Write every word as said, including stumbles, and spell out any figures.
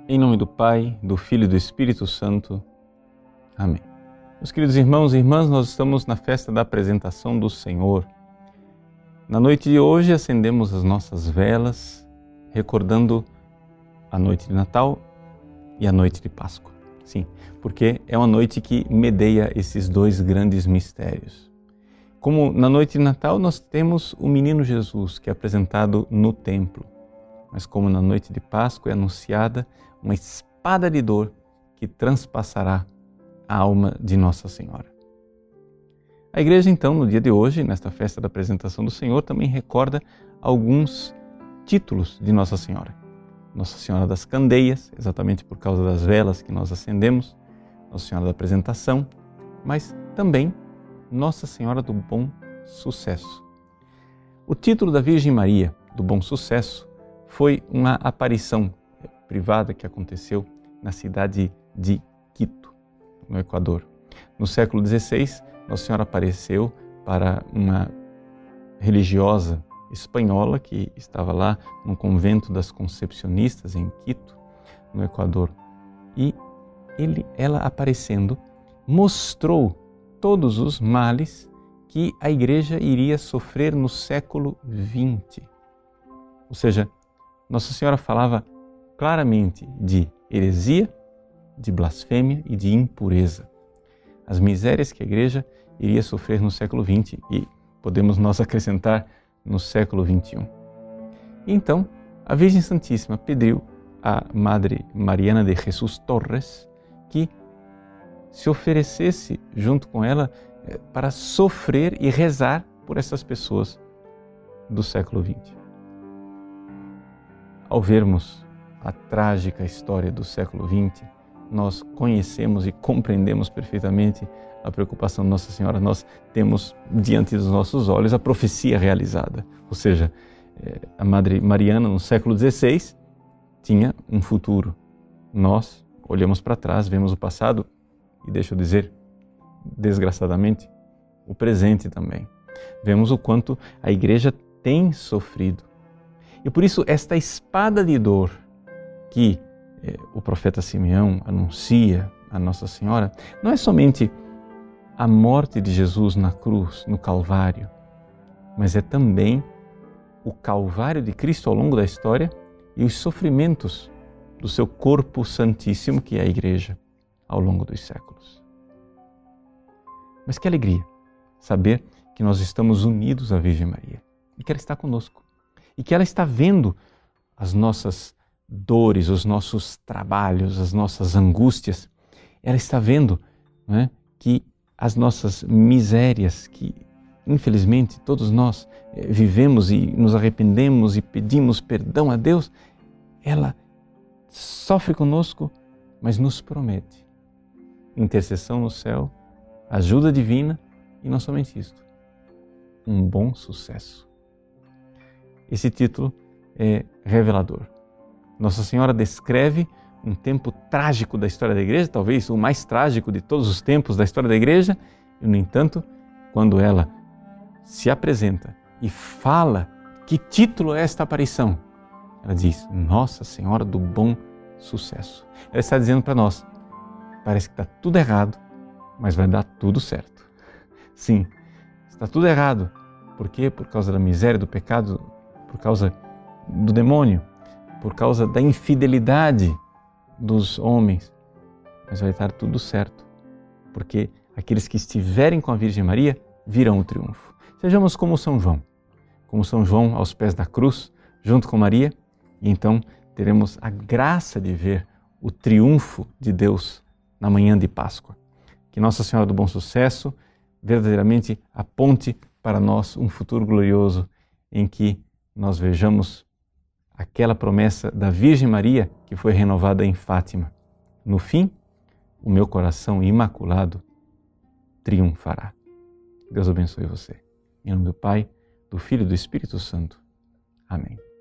Em nome do Pai, do Filho e do Espírito Santo. Amém. Meus queridos irmãos e irmãs, nós estamos na festa da apresentação do Senhor. Na noite de hoje acendemos as nossas velas, recordando a noite de Natal e a noite de Páscoa. Sim, porque é uma noite que medeia esses dois grandes mistérios. Como na noite de Natal nós temos o menino Jesus, que é apresentado no templo. Mas como na noite de Páscoa é anunciada uma espada de dor que transpassará a alma de Nossa Senhora. A Igreja, então, no dia de hoje, nesta festa da apresentação do Senhor, também recorda alguns títulos de Nossa Senhora. Nossa Senhora das Candeias, exatamente por causa das velas que nós acendemos, Nossa Senhora da Apresentação, mas também Nossa Senhora do Bom Sucesso. O título da Virgem Maria, do Bom Sucesso, foi uma aparição privada que aconteceu na cidade de Quito, no Equador. No século dezesseis, Nossa Senhora apareceu para uma religiosa espanhola que estava lá no convento das Concepcionistas em Quito, no Equador. E ele, ela aparecendo mostrou todos os males que a Igreja iria sofrer no século vinte. Ou seja, Nossa Senhora falava claramente de heresia, de blasfêmia e de impureza. As misérias que a Igreja iria sofrer no século vinte e podemos nós acrescentar no século vinte e um. Então, a Virgem Santíssima pediu à Madre Mariana de Jesus Torres que se oferecesse junto com ela para sofrer e rezar por essas pessoas do século vinte. Ao vermos a trágica história do século vinte, nós conhecemos e compreendemos perfeitamente a preocupação de Nossa Senhora. Nós temos diante dos nossos olhos a profecia realizada. Ou seja, a Madre Mariana no século dezesseis tinha um futuro. Nós olhamos para trás, vemos o passado e, deixa eu dizer, desgraçadamente, o presente também. Vemos o quanto a Igreja tem sofrido. E por isso esta espada de dor que eh, o profeta Simeão anuncia a Nossa Senhora não é somente a morte de Jesus na cruz, no Calvário, mas é também o Calvário de Cristo ao longo da história e os sofrimentos do seu corpo santíssimo, que é a Igreja, ao longo dos séculos. Mas que alegria saber que nós estamos unidos à Virgem Maria e que ela está conosco. E que ela está vendo as nossas dores, os nossos trabalhos, as nossas angústias. Ela está vendo, não é, que as nossas misérias, que infelizmente todos nós eh, vivemos e nos arrependemos e pedimos perdão a Deus, ela sofre conosco, mas nos promete intercessão no céu, ajuda divina e não somente isto, um bom sucesso. Esse título é revelador. Nossa Senhora descreve um tempo trágico da história da Igreja, talvez o mais trágico de todos os tempos da história da Igreja, e, no entanto, quando ela se apresenta e fala que título é esta aparição, ela diz, Nossa Senhora do Bom Sucesso. Ela está dizendo para nós, parece que está tudo errado, mas vai dar tudo certo. Sim, está tudo errado. Por quê? Por causa da miséria, do pecado, por causa do demônio, por causa da infidelidade dos homens. Mas vai estar tudo certo, porque aqueles que estiverem com a Virgem Maria virão o triunfo. Sejamos como São João, como São João aos pés da cruz, junto com Maria, e então teremos a graça de ver o triunfo de Deus na manhã de Páscoa. Que Nossa Senhora do Bom Sucesso verdadeiramente aponte para nós um futuro glorioso em que nós vejamos aquela promessa da Virgem Maria que foi renovada em Fátima. No fim, o meu coração imaculado triunfará. Deus abençoe você. Em nome do Pai, do Filho e do Espírito Santo. Amém.